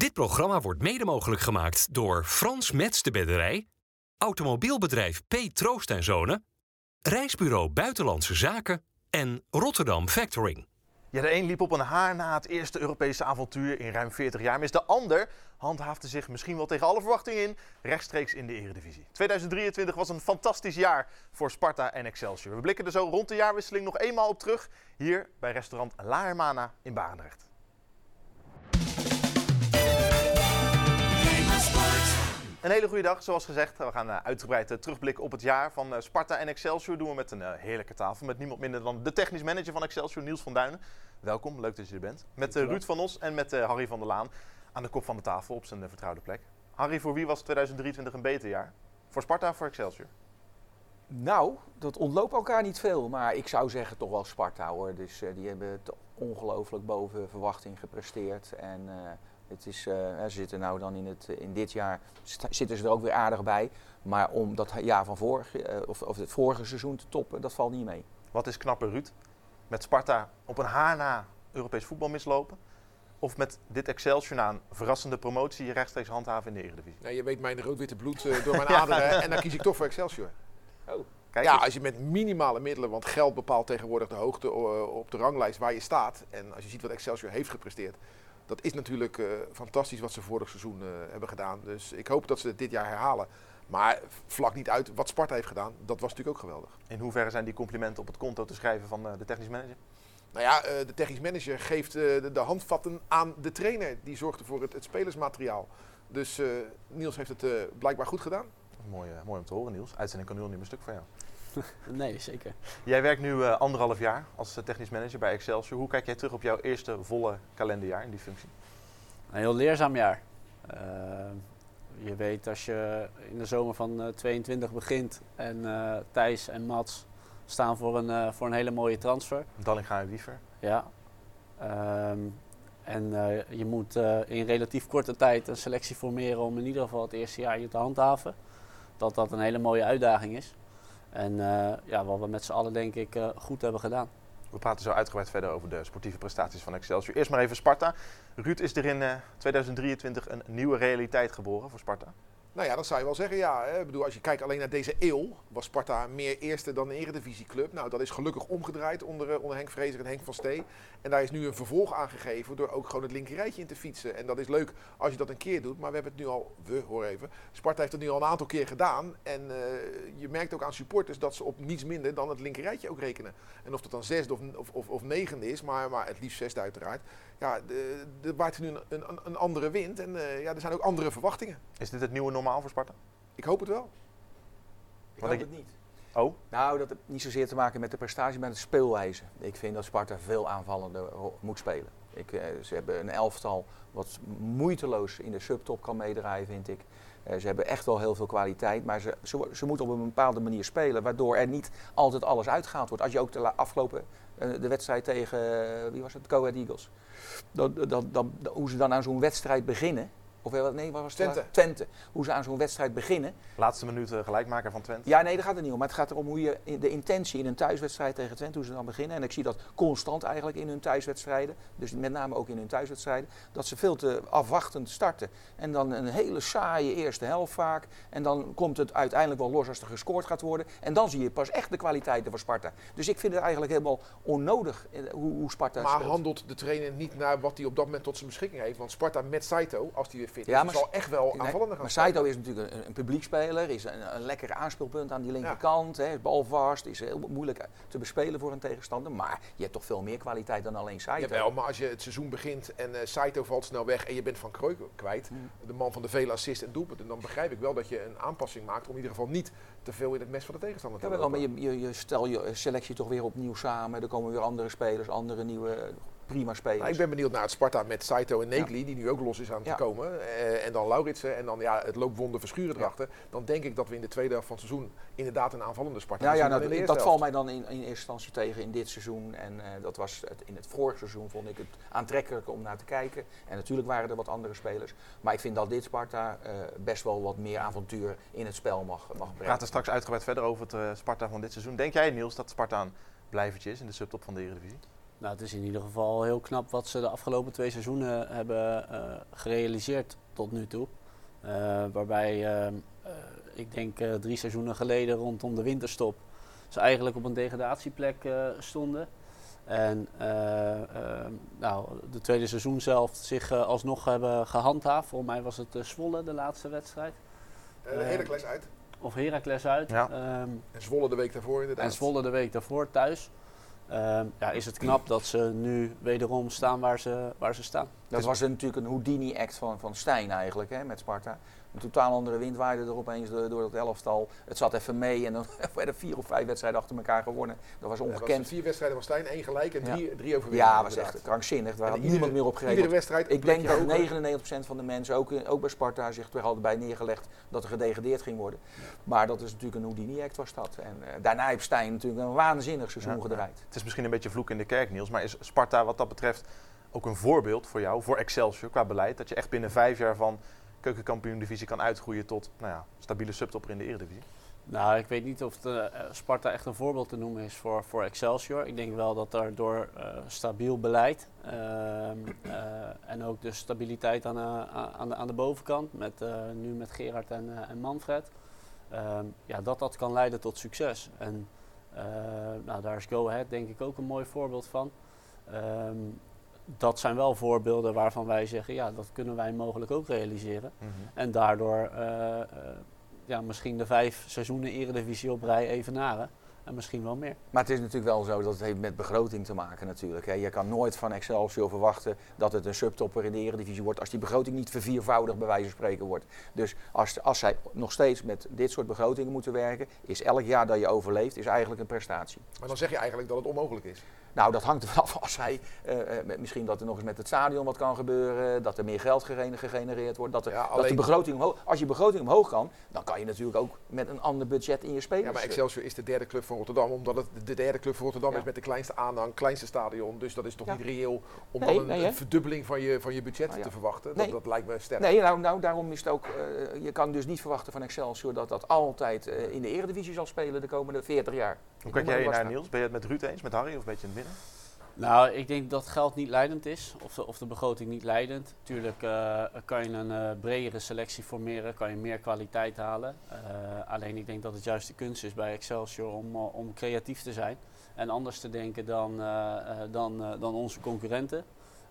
Dit programma wordt mede mogelijk gemaakt door Frans Metz de Bedderij, automobielbedrijf P. Troost en Zonen, reisbureau Buitenlandse Zaken en Rotterdam Factoring. Ja, de een liep op een haar na het eerste Europese avontuur in ruim 40 jaar. Mis de ander handhaafde zich misschien wel tegen alle verwachtingen in, rechtstreeks in de Eredivisie. 2023 was een fantastisch jaar voor Sparta en Excelsior. We blikken er zo rond de jaarwisseling nog eenmaal op terug, hier bij restaurant La Hermana in Barendrecht. Een hele goede dag, zoals gezegd. We gaan uitgebreid terugblikken op het jaar van Sparta en Excelsior. Doen we met een heerlijke tafel met niemand minder dan de technisch manager van Excelsior, Niels van Duinen. Welkom, leuk dat je er bent. Met Ruud van Os en met Harry van der Laan aan de kop van de tafel op zijn vertrouwde plek. Harry, voor wie was 2023 een beter jaar? Voor Sparta of voor Excelsior? Nou, dat ontloopt elkaar niet veel, maar ik zou zeggen toch wel Sparta hoor. Dus die hebben het ongelooflijk boven verwachting gepresteerd. En het is, ze zitten nou dan in dit jaar, zitten ze er ook weer aardig bij. Maar om dat jaar van of het vorige seizoen te toppen, dat valt niet mee. Wat is knapper, Ruud? Met Sparta op een haar na Europees voetbal mislopen? Of met dit Excelsior na een verrassende promotie rechtstreeks handhaven in de Eredivisie? Nee, je weet mijn rood-witte bloed door mijn aderen en dan kies ik toch voor Excelsior. Oh. Kijk ja, eens. als je met minimale middelen, want geld bepaalt tegenwoordig de hoogte op de ranglijst waar je staat. En als je ziet wat Excelsior heeft gepresteerd, dat is natuurlijk fantastisch wat ze vorig seizoen hebben gedaan. Dus ik hoop dat ze het dit jaar herhalen. Maar vlak niet uit wat Sparta heeft gedaan, dat was natuurlijk ook geweldig. In hoeverre zijn die complimenten op het konto te schrijven van de technisch manager? Nou ja, de technisch manager geeft de handvatten aan de trainer. Die zorgde voor het spelersmateriaal. Dus Niels heeft het blijkbaar goed gedaan. Mooi om te horen, Niels. Uitzending kan nu al niet meer stuk van jou. Nee, zeker. Jij werkt nu 1,5 jaar als technisch manager bij Excelsior. Hoe kijk jij terug op jouw eerste volle kalenderjaar in die functie? Een heel leerzaam jaar. Je weet als je in de zomer van 22 begint en Thijs en Mats staan voor een hele mooie transfer. Dallinga en Wiever. Ja. Je moet in relatief korte tijd een selectie formeren om in ieder geval het eerste jaar hier te handhaven. Dat een hele mooie uitdaging is. En wat we met z'n allen denk ik goed hebben gedaan. We praten zo uitgebreid verder over de sportieve prestaties van Excelsior. Eerst maar even Sparta. Ruud, is er in 2023 een nieuwe realiteit geboren voor Sparta? Nou ja, dat zou je wel zeggen, ja. Hè. Ik bedoel, als je kijkt alleen naar deze eeuw, was Sparta meer eerste dan een eredivisieclub. Nou, dat is gelukkig omgedraaid onder Henk Vrezer en Henk van Stee. En daar is nu een vervolg aan gegeven door ook gewoon het linkerrijtje in te fietsen. En dat is leuk als je dat een keer doet, maar we hebben het nu al, Sparta heeft het nu al een aantal keer gedaan. En je merkt ook aan supporters dat ze op niets minder dan het linkerrijtje ook rekenen. En of dat dan zesde of negende is, maar het liefst zesde uiteraard. Ja, er waait nu een andere wind en er zijn ook andere verwachtingen. Is dit het nieuwe normaal voor Sparta? Ik hoop het wel. Ik hoop het niet. Oh? Nou, dat heeft niet zozeer te maken met de prestatie, maar met de speelwijze. Ik vind dat Sparta veel aanvallender moet spelen. Ze hebben een elftal wat moeiteloos in de subtop kan meedraaien, vind ik. Ze hebben echt wel heel veel kwaliteit, maar ze moeten op een bepaalde manier spelen, waardoor er niet altijd alles uitgehaald wordt. Als je ook de afgelopen de wedstrijd tegen, wie was het, Go Ahead Eagles. Hoe ze dan aan zo'n wedstrijd beginnen. Of nee, wat was het? Twente. Hoe ze aan zo'n wedstrijd beginnen. Laatste minuut gelijkmaker van Twente. Ja, nee, daar gaat het niet om. Maar het gaat erom hoe je de intentie in een thuiswedstrijd tegen Twente, hoe ze dan beginnen. En ik zie dat constant eigenlijk in hun thuiswedstrijden. Dus met name ook in hun thuiswedstrijden. Dat ze veel te afwachtend starten. En dan een hele saaie eerste helft vaak. En dan komt het uiteindelijk wel los als er gescoord gaat worden. En dan zie je pas echt de kwaliteiten van Sparta. Dus ik vind het eigenlijk helemaal onnodig hoe Sparta speelt. Maar handelt de trainer niet naar wat hij op dat moment tot zijn beschikking heeft? Want Sparta met Saito, als hij weer fit is, Ja, maar zal echt wel aanvallender gaan Maar spelen. Saito is natuurlijk een publiekspeler, is een lekkere aanspeelpunt aan die linkerkant. Ja. Is balvast, is heel moeilijk te bespelen voor een tegenstander. Maar je hebt toch veel meer kwaliteit dan alleen Saito. Jawel, maar als je het seizoen begint en Saito valt snel weg en je bent Van Krooij kwijt, de man van de vele assists en doelpunten, dan begrijp ik wel dat je een aanpassing maakt om in ieder geval niet te veel in het mes van de tegenstander te Ja, maar lopen. je stel je selectie toch weer opnieuw samen. Er komen weer andere spelers, andere nieuwe prima spelers. Nou, ik ben benieuwd naar het Sparta met Saito en Negli, die nu ook los is aan het komen. En dan Lauritsen en dan het loopwonde Verschuren erachter. Dan denk ik dat we in de tweede helft van het seizoen inderdaad een aanvallende Sparta zien. Dat valt mij dan in eerste instantie tegen in dit seizoen. En dat was in het vorige seizoen vond ik het aantrekkelijker om naar te kijken. En natuurlijk waren er wat andere spelers. Maar ik vind dat dit Sparta best wel wat meer avontuur in het spel mag brengen. We praten straks uitgebreid verder over het Sparta van dit seizoen. Denk jij, Niels, dat Sparta een blijvertje is in de subtop van de Eredivisie? Nou, het is in ieder geval heel knap wat ze de afgelopen 2 seizoenen hebben gerealiseerd tot nu toe. Waarbij ik denk 3 seizoenen geleden rondom de winterstop ze eigenlijk op een degradatieplek stonden. En de tweede seizoen zelf zich alsnog hebben gehandhaafd. Volgens mij was het Zwolle de laatste wedstrijd. Heracles uit. Of Heracles uit. Ja. En Zwolle de week daarvoor inderdaad. En Zwolle de week daarvoor thuis. Is het knap dat ze nu wederom staan waar ze staan. Dat was natuurlijk een Houdini-act van Stijn eigenlijk, hè, met Sparta. Een totaal andere wind waaide er opeens door dat elftal. Het zat even mee en dan werden 4 of 5 wedstrijden achter elkaar gewonnen. Dat was ongekend. Het was 4 wedstrijden van Stijn, 1 gelijk en 3 overwinningen. Ja, dat was echt krankzinnig. Daar had niemand meer op gerekend. Iedere wedstrijd. Ik denk dat 99% van de mensen, ook bij Sparta, zich er hadden bij neergelegd dat er gedegradeerd ging worden. Maar dat is natuurlijk een Houdini-act was dat. En daarna heeft Stijn natuurlijk een waanzinnig seizoen gedraaid. Het is misschien een beetje vloek in de kerk, Niels, maar is Sparta wat dat betreft ook een voorbeeld voor jou, voor Excelsior qua beleid? Dat je echt binnen 5 jaar van keukenkampioen-divisie kan uitgroeien tot stabiele subtopper in de Eredivisie? Nou, ik weet niet of Sparta echt een voorbeeld te noemen is voor Excelsior. Ik denk wel dat er door stabiel beleid en ook de stabiliteit aan de bovenkant, nu met Gerard en Manfred, dat kan leiden tot succes. En daar is Go Ahead denk ik ook een mooi voorbeeld van. Dat zijn wel voorbeelden waarvan wij zeggen, dat kunnen wij mogelijk ook realiseren. Mm-hmm. En daardoor misschien de 5 seizoenen Eredivisie op rij evenaren. En misschien wel meer. Maar het is natuurlijk wel zo dat het heeft met begroting te maken natuurlijk. Hè. Je kan nooit van Excelsior verwachten dat het een subtopper in de Eredivisie wordt als die begroting niet verviervoudigd bij wijze van spreken wordt. Dus als zij nog steeds met dit soort begrotingen moeten werken, is elk jaar dat je overleeft is eigenlijk een prestatie. Maar dan zeg je eigenlijk dat het onmogelijk is. Nou, dat hangt er vanaf als hij, misschien dat er nog eens met het stadion wat kan gebeuren, dat er meer geld gegenereerd wordt, dat de begroting omhoog, als je begroting omhoog kan, dan kan je natuurlijk ook met een ander budget in je spelers. Ja, maar Excelsior is de derde club van Rotterdam, omdat het de derde club van Rotterdam is met de kleinste aanhang, kleinste stadion, dus dat is toch niet reëel om dan een verdubbeling van je budget te verwachten. Dat lijkt me sterk. Nee, daarom is het ook, je kan dus niet verwachten van Excelsior dat altijd in de Eredivisie zal spelen de komende 40 jaar. Hoe kijk jij naar Niels? Ben je het met Ruud eens, met Harry of een beetje in het midden? Nou, ik denk dat geld niet leidend is, of de begroting niet leidend. Tuurlijk kan je een bredere selectie formeren, kan je meer kwaliteit halen. Alleen ik denk dat het juist de kunst is bij Excelsior om creatief te zijn en anders te denken dan onze concurrenten.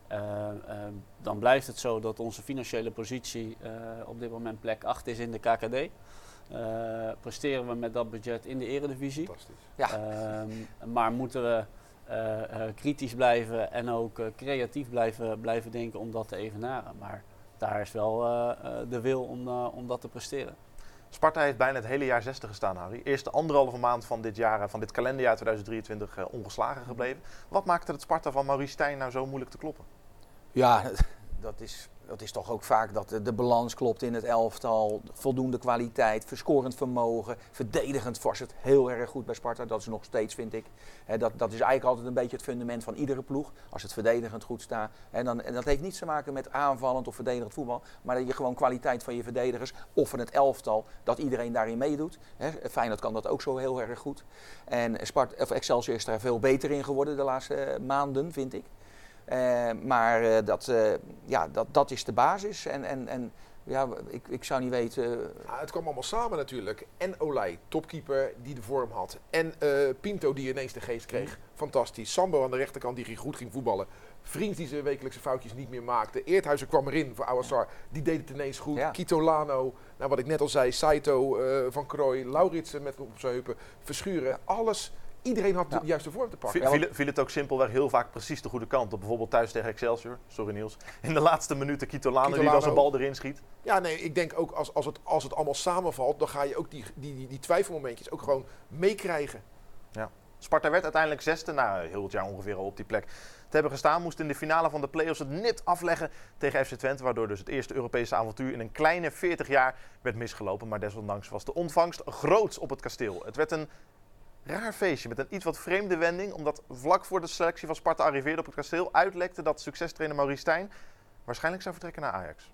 Dan blijft het zo dat onze financiële positie op dit moment plek 8 is in de KKD. Presteren we met dat budget in de Eredivisie. Fantastisch. Maar moeten we kritisch blijven en ook creatief blijven denken om dat te evenaren. Maar daar is wel de wil om dat te presteren. Sparta heeft bijna het hele jaar 60 gestaan, Harry. Eerste 1,5 maand van dit jaar, van dit kalenderjaar 2023 ongeslagen gebleven. Wat maakte het Sparta van Maurice Stijn nou zo moeilijk te kloppen? Ja, dat is toch ook vaak dat de balans klopt in het elftal. Voldoende kwaliteit, verscorend vermogen. Verdedigend was het heel erg goed bij Sparta. Dat is nog steeds, vind ik. Dat is eigenlijk altijd een beetje het fundament van iedere ploeg. Als het verdedigend goed staat. En dat heeft niets te maken met aanvallend of verdedigend voetbal. Maar dat je gewoon kwaliteit van je verdedigers of van het elftal, dat iedereen daarin meedoet. Feyenoord kan dat ook zo heel erg goed. En Excelsior is daar veel beter in geworden de laatste maanden, vind ik. Maar dat is de basis. Ik zou niet weten. Het kwam allemaal samen natuurlijk. En Olij, topkeeper die de vorm had. En Pinto die ineens de geest kreeg. Fantastisch. Sambo aan de rechterkant die goed ging voetballen. Vriends die zijn wekelijkse foutjes niet meer maakte. Eerthuizen kwam erin voor Awassar. Die deed het ineens goed. Ja. Kitolano, wat ik net al zei. Saito, Van Krooij, Lauritsen met op zijn heupen. Verschuren. Alles. Iedereen had de juiste vorm te pakken. Viel het ook simpelweg heel vaak precies de goede kant op? Bijvoorbeeld thuis tegen Excelsior. Sorry Niels. In de laatste minuten Kitolano die dan zijn bal erin schiet. Ja, nee, ik denk ook als het allemaal samenvalt, dan ga je ook die twijfelmomentjes ook gewoon meekrijgen. Ja. Sparta werd uiteindelijk 6e, heel het jaar ongeveer al op die plek te hebben gestaan. Moest in de finale van de play-offs het net afleggen tegen FC Twente, waardoor dus het eerste Europese avontuur in een kleine 40 jaar werd misgelopen. Maar desondanks was de ontvangst groots op het kasteel. Het werd een raar feestje met een iets wat vreemde wending, omdat vlak voor de selectie van Sparta arriveerde op het kasteel uitlekte dat succestrainer Maurice Stijn waarschijnlijk zou vertrekken naar Ajax.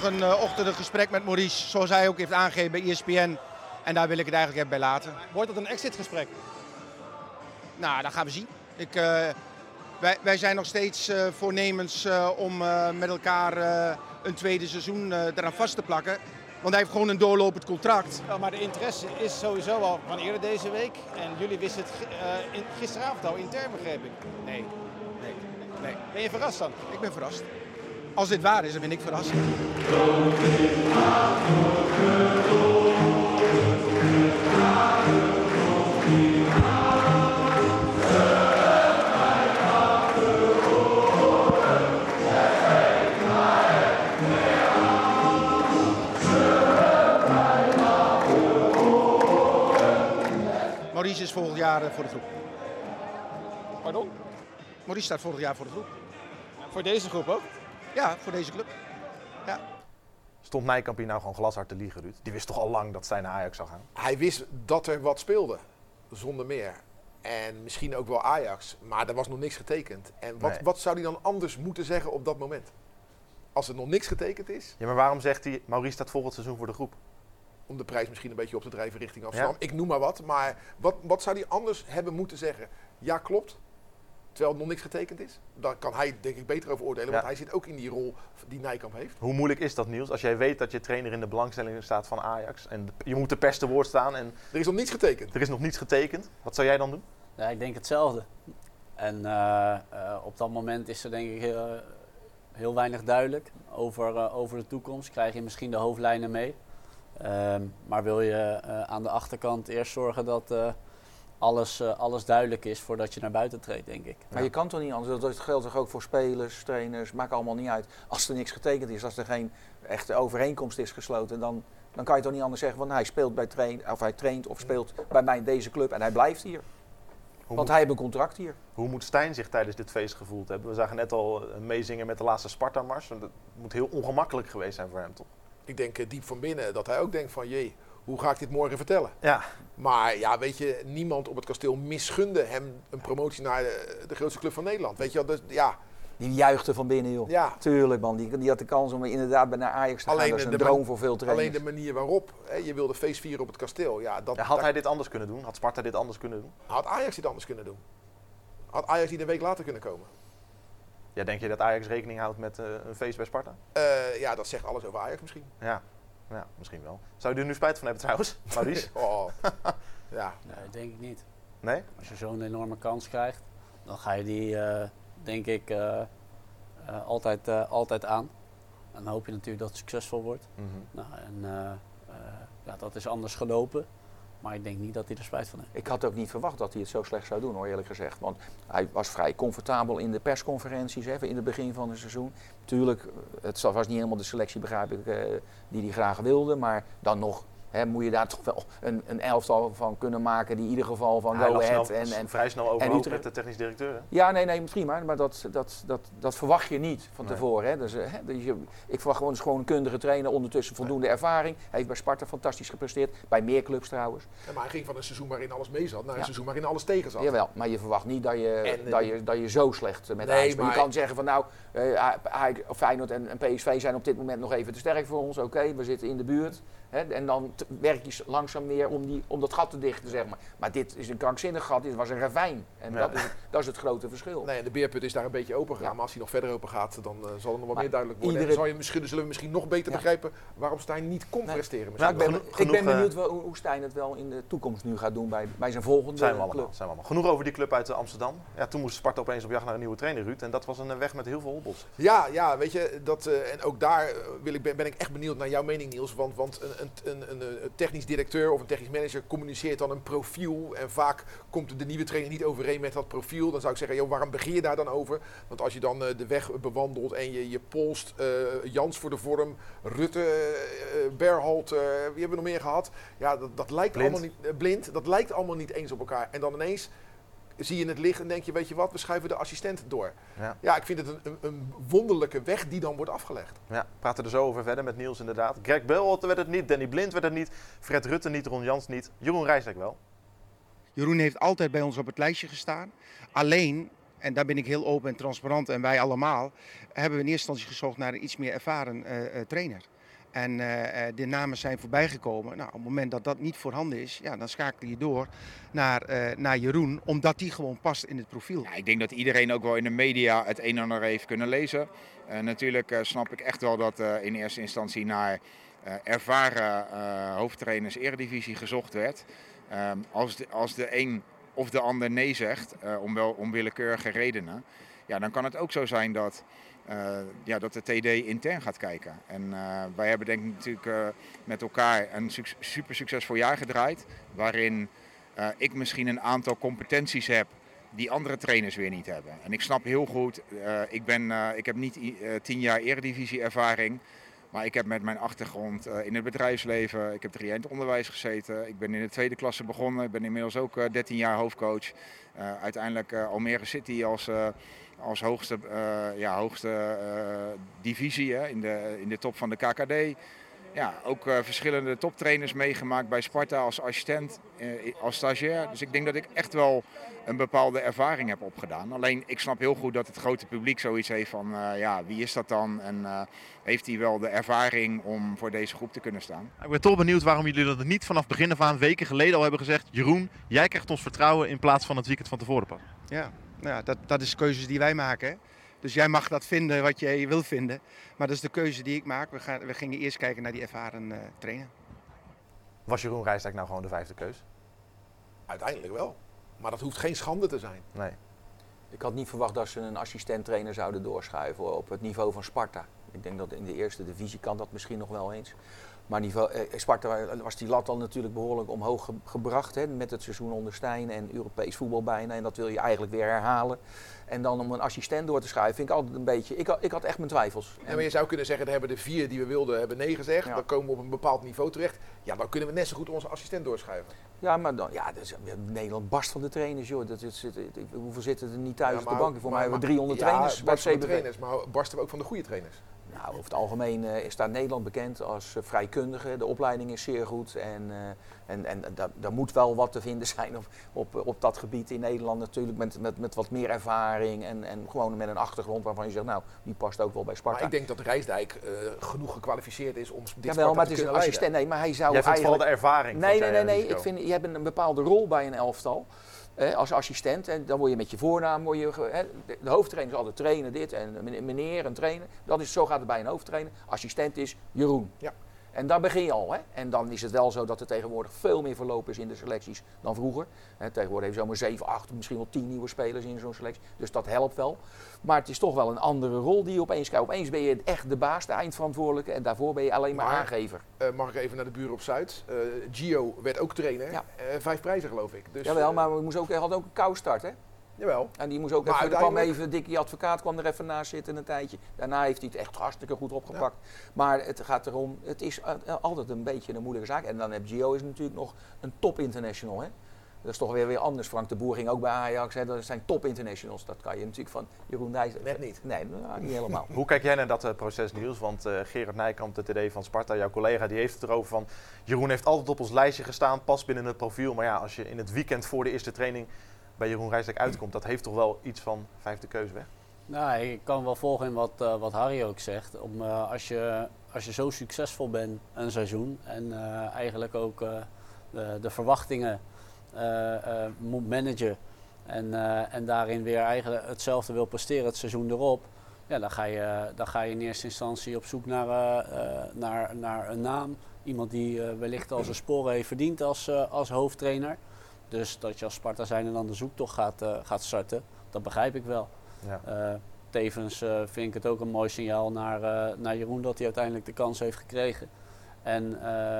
morgenochtend een gesprek met Maurice, zoals hij ook heeft aangegeven bij ESPN. En daar wil ik het eigenlijk even bij laten. Wordt dat een exitgesprek? Nou, dat gaan we zien. Wij zijn nog steeds voornemens om met elkaar een tweede seizoen eraan vast te plakken. Want hij heeft gewoon een doorlopend contract. Ja, maar de interesse is sowieso al van eerder deze week. En jullie wisten het gisteravond al intern, begreep ik. Nee. Ben je verrast dan? Ik ben verrast. Als dit waar is, dan ben ik verrast. Maurice is volgend jaar voor de groep. Pardon? Maurice staat volgend jaar voor de groep. Voor deze groep ook? Ja, voor deze club. Ja. Stond Nijkamp hier nou gewoon glashard te liegen, Ruud? Die wist toch al lang dat Stijn naar Ajax zou gaan? Hij wist dat er wat speelde, zonder meer. En misschien ook wel Ajax, maar er was nog niks getekend. En wat zou hij dan anders moeten zeggen op dat moment? Als er nog niks getekend is? Ja, maar waarom zegt hij, Maurice staat volgend seizoen voor de groep? Om de prijs misschien een beetje op te drijven richting Amsterdam. Ja. Ik noem maar wat, maar wat zou hij anders hebben moeten zeggen? Ja, klopt. Terwijl er nog niks getekend is. Daar kan hij denk ik beter over oordelen, want hij zit ook in die rol die Nijkamp heeft. Hoe moeilijk is dat, Niels? Als jij weet dat je trainer in de belangstelling staat van Ajax en je moet de pers te woord staan en Er is nog niets getekend. er is nog niets getekend. Wat zou jij dan doen? Ja, ik denk hetzelfde. En op dat moment is er denk ik heel weinig duidelijk over de toekomst. Krijg je misschien de hoofdlijnen mee. Maar wil je aan de achterkant eerst zorgen dat alles duidelijk is voordat je naar buiten treedt, denk ik. Maar je kan toch niet anders, dat geldt toch ook voor spelers, trainers, maakt allemaal niet uit. Als er niks getekend is, als er geen echte overeenkomst is gesloten, dan kan je toch niet anders zeggen van hij speelt hij traint of speelt bij mij in deze club en hij blijft hier. Want hij heeft een contract hier. Hoe moet Stijn zich tijdens dit feest gevoeld hebben? We zagen net al een meezingen met de laatste Sparta-mars. Dat moet heel ongemakkelijk geweest zijn voor hem, toch? Ik denk diep van binnen dat hij ook denkt van jee, hoe ga ik dit morgen vertellen? Ja. Maar ja, weet je, niemand op het kasteel misgunde hem een promotie naar de grootste club van Nederland. Weet je wel, dus ja. Die juichte van binnen, joh. Ja. Tuurlijk, man. Die had de kans om inderdaad bij naar Ajax te gaan. Dat is een droom voor veel trainers. Alleen de manier waarop, je wilde feest vieren op het kasteel. Ja, had hij dit anders kunnen doen? Had Sparta dit anders kunnen doen? Had Ajax dit anders kunnen doen? Had Ajax niet een week later kunnen komen? Ja, denk je dat Ajax rekening houdt met een feest bij Sparta? Ja, dat zegt alles over Ajax misschien. Ja, misschien wel. Zou je er nu spijt van hebben trouwens, Maurice? Ja. Nee, denk ik niet. Nee? Als je zo'n enorme kans krijgt, dan ga je die, denk ik, altijd aan. En dan hoop je natuurlijk dat het succesvol wordt. Nou, dat is anders gelopen. Maar ik denk niet dat hij er spijt van heeft. Ik had ook niet verwacht dat hij het zo slecht zou doen, hoor, eerlijk gezegd. Want hij was vrij comfortabel in de persconferenties in het begin van het seizoen. Tuurlijk, het was niet helemaal de selectie, begrijp ik, die hij graag wilde. Maar dan nog moet je daar toch wel een elftal van kunnen maken die in ieder geval van Go Ahead en vrij snel overhoop met de technisch directeur. Hè? Ja, nee, prima. Maar dat verwacht je niet van tevoren. Hè. Dus, ik verwacht gewoon een kundige trainer, ondertussen voldoende ervaring. Hij heeft bij Sparta fantastisch gepresteerd. Bij meer clubs trouwens. Ja, maar hij ging van een seizoen waarin alles mee zat naar een seizoen waarin alles tegen zat. Jawel, maar je verwacht niet dat je zo slecht met Ajax bent. Je kan zeggen van nou, Feyenoord en PSV zijn op dit moment nog even te sterk voor ons. Oké, we zitten in de buurt. En dan werk je langzaam meer om dat gat te dichten, zeg maar. Maar dit is een krankzinnig gat, dit was een ravijn. En dat is het grote verschil. Nee, en de beerput is daar een beetje open gegaan. Maar als hij nog verder open gaat, dan zal er nog wat meer duidelijk worden. En zullen we misschien nog beter begrijpen waarom Stijn niet kon presteren. Ik ben benieuwd hoe Stijn het wel in de toekomst nu gaat doen bij zijn volgende club. Zijn we allemaal. Genoeg over die club uit Amsterdam. Ja, toen moest Sparta opeens op jacht naar een nieuwe trainer, Ruud. En dat was een weg met heel veel hobbels. Ja, weet je, en ook daar ben ik echt benieuwd naar jouw mening, Niels. Want een technisch directeur of een technisch manager communiceert dan een profiel. En vaak komt de nieuwe trainer niet overeen met dat profiel. Dan zou ik zeggen, joh, waarom begin je daar dan over? Want als je dan de weg bewandelt en je polst Jans voor de vorm, Rutte, Berholt, wie hebben we nog meer gehad? Ja, dat lijkt allemaal niet blind. Dat lijkt allemaal niet eens op elkaar. En dan ineens zie je het liggen en denk je, weet je wat, we schuiven de assistent door. Ja, ik vind het een wonderlijke weg die dan wordt afgelegd. Ja, praten er zo over verder met Niels inderdaad. Greg Berholt werd het niet, Danny Blind werd het niet, Fred Rutte niet, Ron Jans niet, Jeroen Rijsdijk wel. Jeroen heeft altijd bij ons op het lijstje gestaan. Alleen, en daar ben ik heel open en transparant en wij allemaal, hebben we in eerste instantie gezocht naar een iets meer ervaren trainer. En de namen zijn voorbijgekomen. Nou, op het moment dat dat niet voorhanden is, ja, dan schakel je door naar Jeroen, omdat die gewoon past in het profiel. Ja, ik denk dat iedereen ook wel in de media het een en ander heeft kunnen lezen. Natuurlijk snap ik echt wel dat in eerste instantie naar ervaren hoofdtrainers Eredivisie gezocht werd. Als de een of de ander nee zegt, om willekeurige redenen, ja, dan kan het ook zo zijn dat de TD intern gaat kijken. En wij hebben denk ik natuurlijk met elkaar een super succesvol jaar gedraaid, waarin ik misschien een aantal competenties heb die andere trainers weer niet hebben. En ik snap heel goed, ik heb niet 10 jaar Eredivisie ervaring, maar ik heb met mijn achtergrond in het bedrijfsleven, ik heb 3 jaar in het onderwijs gezeten, ik ben in de tweede klasse begonnen, ik ben inmiddels ook 13 jaar hoofdcoach. Uiteindelijk Almere City als hoogste divisie in de top van de KKD. Ja, ook verschillende toptrainers meegemaakt bij Sparta als assistent, als stagiair. Dus ik denk dat ik echt wel een bepaalde ervaring heb opgedaan. Alleen ik snap heel goed dat het grote publiek zoiets heeft van wie is dat dan? En heeft hij wel de ervaring om voor deze groep te kunnen staan? Ik ben toch benieuwd waarom jullie dat niet vanaf begin af aan, weken geleden al hebben gezegd. Jeroen, jij krijgt ons vertrouwen in plaats van het weekend van tevoren pas. Ja, nou ja, dat is keuzes die wij maken. Hè? Dus jij mag dat vinden wat jij wil vinden. Maar dat is de keuze die ik maak. We gingen eerst kijken naar die ervaren trainer. Was Jeroen Rijsdijk nou gewoon de 5e keus? Uiteindelijk wel. Maar dat hoeft geen schande te zijn. Nee. Ik had niet verwacht dat ze een assistent-trainer zouden doorschuiven op het niveau van Sparta. Ik denk dat in de eerste divisie kan dat misschien nog wel eens. Maar Sparta was die lat al natuurlijk behoorlijk omhoog gebracht. Hè, met het seizoen onder Stijn en Europees voetbal bijna. En dat wil je eigenlijk weer herhalen. En dan om een assistent door te schuiven vind ik altijd een beetje... Ik had echt mijn twijfels. Ja, maar je zou kunnen zeggen, hebben de 4 die we wilden, hebben nee gezegd. Ja. Dan komen we op een bepaald niveau terecht. Ja, dan kunnen we net zo goed onze assistent doorschuiven. Ja, maar dan, Nederland barst van de trainers, joh. Hoeveel zitten er niet thuis op de bank? Voor mij hebben we 300 trainers bij CBV. Trainers, maar barsten we ook van de goede trainers? Nou, over het algemeen staat Nederland bekend als vrijkundige. De opleiding is zeer goed en daar moet wel wat te vinden zijn op dat gebied in Nederland natuurlijk. Met wat meer ervaring en gewoon met een achtergrond waarvan je zegt, nou, die past ook wel bij Sparta. Maar ik denk dat Rijsdijk genoeg gekwalificeerd is om dit Sparta Jawel, maar te het is kunnen een assistent. Nee, maar hij zou jij vindt eigenlijk... vooral de ervaring. Nee. Ik vind, je hebt een bepaalde rol bij een elftal. Als assistent, en dan word je met je voornaam, de hoofdtrainer is altijd trainen dit en meneer en trainer. Zo gaat het bij een hoofdtrainer. Assistent is Jeroen. Ja. En daar begin je al. Hè? En dan is het wel zo dat er tegenwoordig veel meer verloop is in de selecties dan vroeger. Tegenwoordig heeft zomaar 7, 8, misschien wel 10 nieuwe spelers in zo'n selectie. Dus dat helpt wel. Maar het is toch wel een andere rol die je opeens krijgt. Opeens ben je echt de baas, de eindverantwoordelijke. En daarvoor ben je alleen maar aangever. Mag ik even naar de buren op Zuid? Gio werd ook trainer. Ja. 5 prijzen geloof ik. Dus, jawel, maar we had ook een kou start, hè? Jawel. En die moest ook even, kwam even, Dikkie advocaat kwam er even naast zitten een tijdje. Daarna heeft hij het echt hartstikke goed opgepakt. Ja. Maar het gaat erom, het is altijd een beetje een moeilijke zaak. En dan heb Gio is natuurlijk nog een top international, hè. Dat is toch weer anders. Frank de Boer ging ook bij Ajax. Hè. Dat zijn top internationals. Dat kan je natuurlijk van Jeroen Rijsdijk. Net niet. Nee, niet helemaal. Hoe kijk jij naar dat proces, Niels? Want Gerard Nijkamp, de TD van Sparta, jouw collega, die heeft het erover van... Jeroen heeft altijd op ons lijstje gestaan, past binnen het profiel. Maar ja, als je in het weekend voor de eerste training bij Jeroen Rijsdijk uitkomt, dat heeft toch wel iets van 5e keuze weg? Nou, ik kan wel volgen in wat Harry ook zegt. Als je zo succesvol bent een seizoen en eigenlijk ook de verwachtingen moet managen en daarin weer eigenlijk hetzelfde wil presteren het seizoen erop, ja, dan ga je in eerste instantie op zoek naar een naam. Iemand die wellicht al zijn sporen heeft verdiend als hoofdtrainer. Dus dat je als Sparta zijnde dan de zoektocht gaat starten, dat begrijp ik wel. Ja. Tevens vind ik het ook een mooi signaal naar Jeroen dat hij uiteindelijk de kans heeft gekregen. En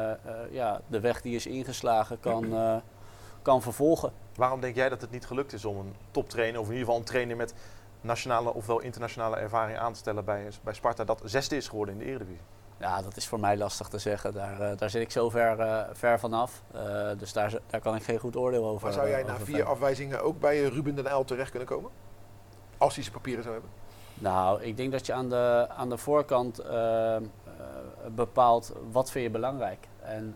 de weg die is ingeslagen kan vervolgen. Waarom denk jij dat het niet gelukt is om een toptrainer, of in ieder geval een trainer met nationale ofwel internationale ervaring aan te stellen bij Sparta, dat 6e is geworden in de Eredivisie? Ja, dat is voor mij lastig te zeggen. Daar zit ik zo ver vanaf. Dus daar kan ik geen goed oordeel over. Maar zou jij na 4 afwijzingen ook bij Ruben den Uyl terecht kunnen komen? Als hij zijn papieren zou hebben? Nou, ik denk dat je aan de voorkant bepaalt wat vind je belangrijk. En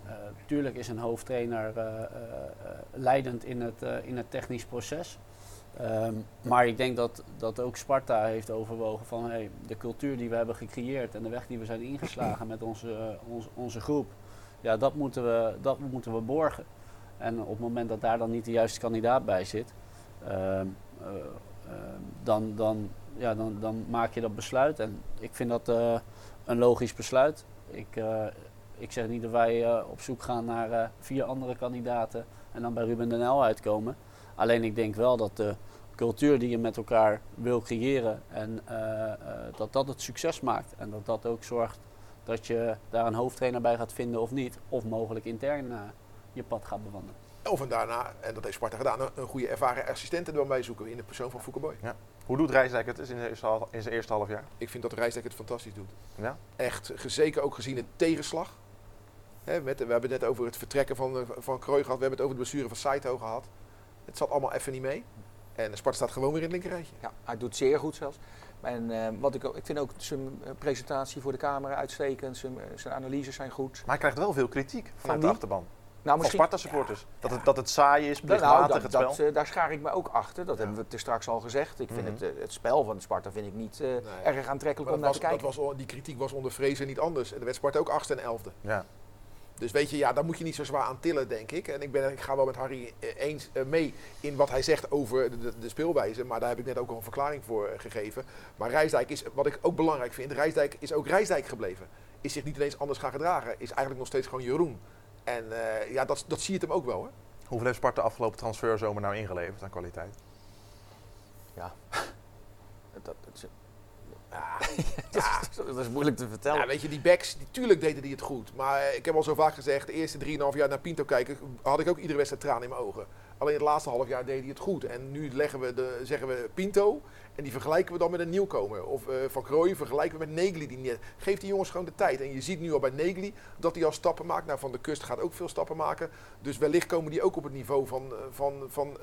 tuurlijk is een hoofdtrainer leidend in het technisch proces. Maar ik denk dat ook Sparta heeft overwogen van de cultuur die we hebben gecreëerd en de weg die we zijn ingeslagen met onze groep, ja, dat moeten we borgen. En op het moment dat daar dan niet de juiste kandidaat bij zit, dan maak je dat besluit. En ik vind dat een logisch besluit. Ik zeg niet dat wij op zoek gaan naar 4 andere kandidaten en dan bij Ruben Den Uyl uitkomen. Alleen ik denk wel dat de cultuur die je met elkaar wil creëren en dat het succes maakt. En dat ook zorgt dat je daar een hoofdtrainer bij gaat vinden of niet. Of mogelijk intern je pad gaat bewandelen. Of en daarna, en dat heeft Sparta gedaan, een goede ervaren assistent er dan bij zoeken in de persoon van Fouke Boy. Ja. Hoe doet Rijsdijk het in zijn eerste half jaar? Ik vind dat Rijsdijk het fantastisch doet. Ja? Echt, zeker ook gezien de tegenslag. We hebben het net over het vertrekken van Krooi gehad. We hebben het over de blessure van Saito gehad. Het zat allemaal even niet mee. En Sparta staat gewoon weer in het linkerrijtje. Ja, hij doet zeer goed zelfs. En ik vind ook zijn presentatie voor de camera uitstekend. Zijn analyses zijn goed. Maar hij krijgt wel veel kritiek vanuit de achterban. Nou, van Sparta-supporters. Ja. Dat het saai is, plichtmatig het spel. Daar schaar ik me ook achter. Dat hebben we er straks al gezegd. Ik vind het spel van Sparta vind ik niet erg aantrekkelijk om naar te kijken. Die kritiek was onder Vrezen niet anders. En dan werd Sparta ook 8e en 11e. Ja. Dus weet je, daar moet je niet zo zwaar aan tillen, denk ik. En ik ga wel met Harry eens mee in wat hij zegt over de speelwijze. Maar daar heb ik net ook al een verklaring voor gegeven. Maar Rijsdijk is, wat ik ook belangrijk vind, Rijsdijk is ook Rijsdijk gebleven. Is zich niet ineens anders gaan gedragen. Is eigenlijk nog steeds gewoon Jeroen. En dat zie je hem ook wel, hè. Hoeveel heeft Sparta afgelopen transferzomer nou ingeleverd aan kwaliteit? Ja, dat is moeilijk te vertellen. Ja, weet je, die backs, tuurlijk deden die het goed. Maar ik heb al zo vaak gezegd, de eerste 3,5 jaar naar Pinto kijken, had ik ook iedere wedstrijd tranen in mijn ogen. Alleen het laatste half jaar deed hij het goed. En nu zeggen we Pinto en die vergelijken we dan met een nieuwkomer. Of Van Krooijen vergelijken we met Negli. Geef die jongens gewoon de tijd. En je ziet nu al bij Negli dat hij al stappen maakt. Nou, Van der Kust gaat ook veel stappen maken. Dus wellicht komen die ook op het niveau van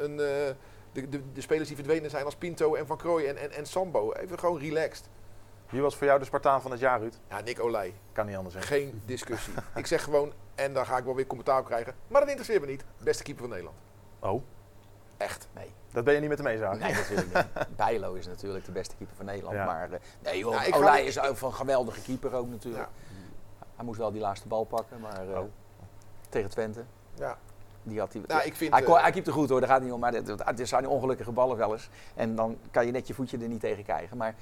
de spelers die verdwenen zijn als Pinto en Van Krooijen en Sambo. Even gewoon relaxed. Wie was voor jou de Spartaan van het jaar, Ruud? Ja, Nick Olij. Kan niet anders zijn. Geen discussie. Ik zeg gewoon, en daar ga ik wel weer commentaar op krijgen, maar dat interesseert me niet. Beste keeper van Nederland. Oh? Echt? Nee. Dat ben je niet met hem eens, Arie? Nee, natuurlijk niet. Bijlo is natuurlijk de beste keeper van Nederland. Ja. Maar nee joh, ja, Olij is ook een geweldige keeper ook natuurlijk. Ja. Hij moest wel die laatste bal pakken, maar tegen Twente. Ja. Die had hij, nou, ik vind, hij keept er goed hoor, daar gaat het niet om. Maar het zijn ongelukkige ballen wel eens. En dan kan je net je voetje er niet tegen krijgen. Maar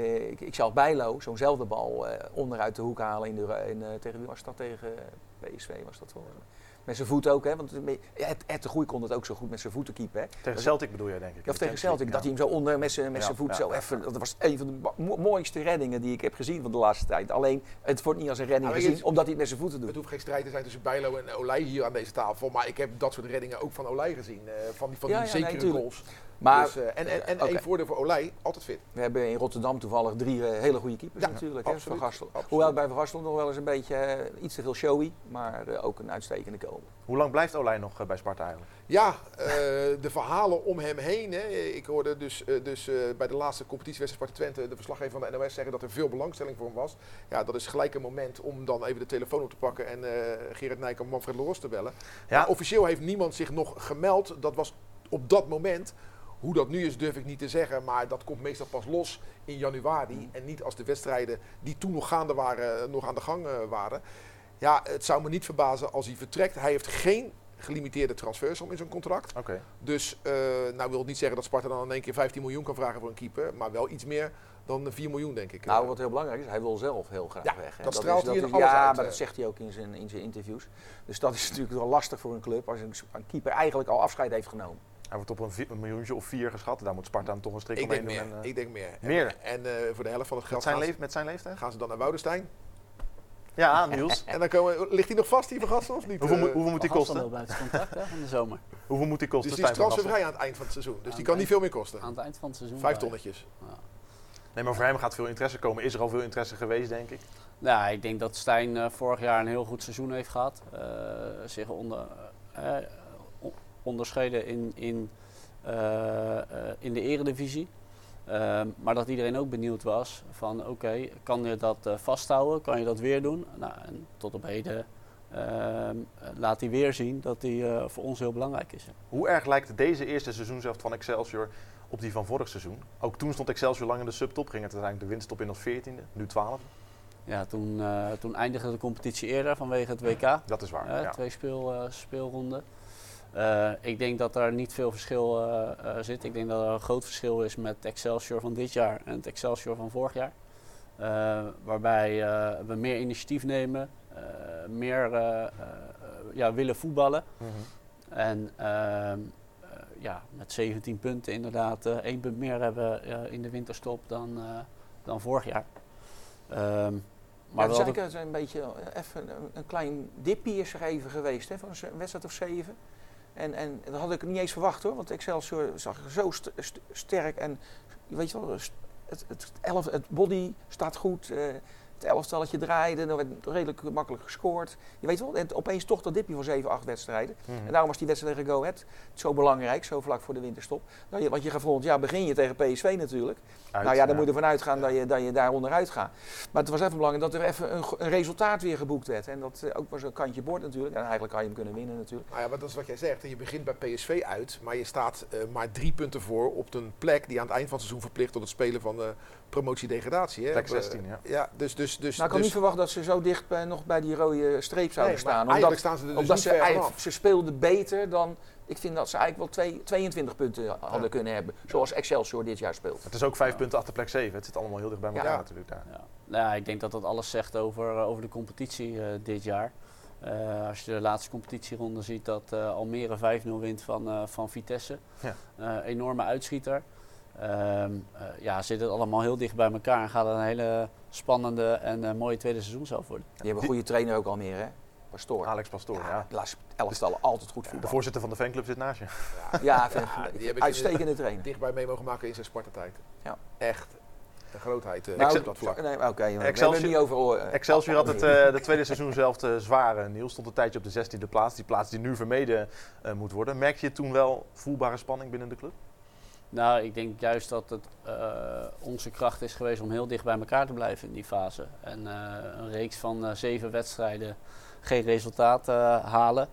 ik zag Bijlo zo'nzelfde bal onderuit de hoek halen tegen wie was dat? Tegen PSV was dat volgens mij. Met zijn voet ook, hè? Want Ed de Goey kon het ook zo goed met zijn voeten keepen. Hè? Tegen Celtic bedoel jij, denk ik? Of tegen Celtic, dat hij hem zo onder met zijn voet zo even... Dat was een van de mooiste reddingen die ik heb gezien van de laatste tijd. Alleen, het wordt niet als een redding gezien, omdat hij het met zijn voeten doet. Het hoeft geen strijd te zijn tussen Bijlo en Olij hier aan deze tafel. Maar ik heb dat soort reddingen ook van Olij gezien. Van die zekere goals. Maar, dus, één voordeel voor Olij, altijd fit. We hebben in Rotterdam toevallig 3 hele goede keepers natuurlijk. Hè, Van Gastel. Hoewel bij Van Gastel nog wel eens een beetje iets te veel showy, maar ook een uitstekende goal. Hoe lang blijft Olij nog bij Sparta eigenlijk? Ja, de verhalen om hem heen. Hè. Ik hoorde dus bij de laatste competitiewedstrijd Sparta Twente de verslaggever van de NOS zeggen dat er veel belangstelling voor hem was. Ja, dat is gelijk een moment om dan even de telefoon op te pakken en Gerard Nijkamp en Manfred Leros te bellen. Ja. Maar officieel heeft niemand zich nog gemeld. Dat was op dat moment. Hoe dat nu is durf ik niet te zeggen, maar dat komt meestal pas los in januari. En niet als de wedstrijden die toen nog gaande waren, nog aan de gang waren. Ja, het zou me niet verbazen als hij vertrekt. Hij heeft geen gelimiteerde transfersom in zijn contract. Okay. Dus nou wil het niet zeggen dat Sparta dan in één keer 15 miljoen kan vragen voor een keeper. Maar wel iets meer dan 4 miljoen, denk ik. Nou, wat heel belangrijk is, hij wil zelf heel graag weg. Dat straalt hij in alles uit. Ja, maar dat zegt hij ook in zijn interviews. Dus dat is natuurlijk wel lastig voor een club als een keeper eigenlijk al afscheid heeft genomen. Hij wordt op een miljoentje of 4 geschat. Daar moet Sparta hem toch een strik omheen doen. Ik denk meer. Meer? En voor de helft van het geld met zijn leeftijd? Gaan ze dan naar Woudenstein. Ja, Niels. En dan ligt hij nog vast, die Van Gastel, of niet? Hoeveel moet die kosten? Van buiten contract van de zomer. Hoeveel moet die kosten? Dus die is transfervrij aan het eind van het seizoen. Dus die kan niet veel meer kosten. Aan het eind van het seizoen. 5 tonnetjes. Ja. Nee, maar voor hem gaat veel interesse komen. Is er al veel interesse geweest, denk ik? Ja, ik denk dat Stijn vorig jaar een heel goed seizoen heeft gehad. Zich onderscheiden in de eredivisie. Maar dat iedereen ook benieuwd was van oké, kan je dat vasthouden? Kan je dat weer doen? Nou, en tot op heden laat hij weer zien dat hij voor ons heel belangrijk is. Hoe erg lijkt deze eerste seizoenshelft van Excelsior op die van vorig seizoen. Ook toen stond Excelsior lang in de subtop, ging het uiteindelijk de winststop in als 14e, nu 12e. Ja, toen eindigde de competitie eerder vanwege het WK. Dat is waar, ja. 2 speelronden. Ik denk dat er niet veel verschil zit. Ik denk dat er een groot verschil is met Excelsior van dit jaar en het Excelsior van vorig jaar. Waarbij we meer initiatief nemen, meer willen voetballen. En met 17 punten inderdaad 1 punt meer hebben in de winterstop dan vorig jaar. Maar we zijn een beetje even een klein dipje is er even geweest, hè, van een wedstrijd of 7. En dat had ik niet eens verwacht hoor, want Excelsior zag er zo sterk en weet je wel, het body staat goed, het elftalletje draaide, er werd redelijk makkelijk gescoord. Je weet wel, en opeens toch dat dipje van 7, 8 wedstrijden. En daarom was die wedstrijd tegen Go Ahead zo belangrijk, zo vlak voor de winterstop. Want je gaat volgend jaar begin je tegen PSV natuurlijk. Dan moet je ervan uitgaan dat je daar onderuit gaat. Maar het was even belangrijk dat er even een resultaat weer geboekt werd. En dat ook was een kantje bord natuurlijk. En eigenlijk had je hem kunnen winnen natuurlijk. Nou ja, maar dat is wat jij zegt. Je begint bij PSV uit, maar je staat maar 3 punten voor op een plek die aan het eind van het seizoen verplicht tot het spelen van promotie-degradatie. Plek 16, ja. Dus ik had niet verwacht dat ze zo dicht nog bij die rode streep zouden staan. Eigenlijk staan ze er dus niet ver vanaf. Ze speelden beter dan... Ik vind dat ze eigenlijk wel 22 punten hadden kunnen hebben. Zoals Excelsior dit jaar speelt. Het is ook 5 punten achter plek 7. Het zit allemaal heel dicht bij elkaar natuurlijk daar. Ja. Nou ja, ik denk dat dat alles zegt over de competitie dit jaar. Als je de laatste competitieronde ziet dat Almere 5-0 wint van Vitesse. Ja. Enorme uitschieter. Zit het allemaal heel dicht bij elkaar en gaat het een hele spannende en mooie tweede seizoenshelft worden. Je hebt een goede trainer ook Almere, hè? Pastoor. Alex Pastoor, ja. De laatste elftallen altijd goed voetbal. De voorzitter van de fanclub zit naast je. Die heb ik uitstekende trainer. Dichtbij mee mogen maken in zijn Sparta-tijd. Ja. Echt een grootheid op dat vlak. Excelsior had het de tweede seizoen zelf zwaar, Niels. Stond een tijdje op de 16e plaats. Die plaats die nu vermeden moet worden. Merk je toen wel voelbare spanning binnen de club? Nou, ik denk juist dat het onze kracht is geweest om heel dicht bij elkaar te blijven in die fase. En een reeks van 7 wedstrijden geen resultaat halen.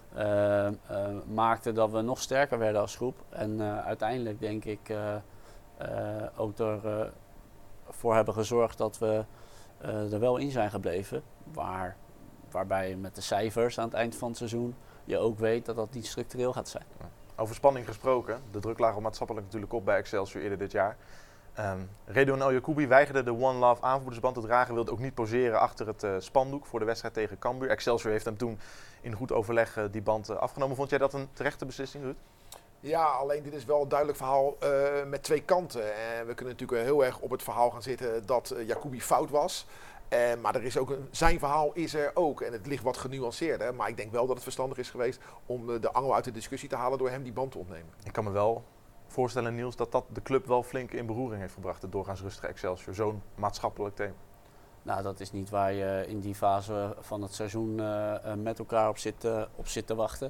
Maakte dat we nog sterker werden als groep. En uiteindelijk denk ik ook ervoor hebben gezorgd dat we er wel in zijn gebleven. Waarbij met de cijfers aan het eind van het seizoen je ook weet dat dat niet structureel gaat zijn. Over spanning gesproken, de druk lag al maatschappelijk natuurlijk op bij Excelsior eerder dit jaar. Redouan El-Yacoubi weigerde de One Love aanvoerdersband te dragen, wilde ook niet poseren achter het spandoek voor de wedstrijd tegen Cambuur. Excelsior heeft hem toen in goed overleg die band afgenomen. Vond jij dat een terechte beslissing, Ruud? Ja, alleen dit is wel een duidelijk verhaal met 2 kanten. We kunnen natuurlijk heel erg op het verhaal gaan zitten dat Yacoubi fout was. Maar er is ook zijn verhaal is er ook. En het ligt wat genuanceerder. Maar ik denk wel dat het verstandig is geweest om de angel uit de discussie te halen door hem die band te ontnemen. Ik kan me wel voorstellen, Niels, dat de club wel flink in beroering heeft gebracht. Het doorgaans rustige Excelsior, zo'n maatschappelijk thema. Nou, dat is niet waar je in die fase van het seizoen met elkaar op zit te wachten.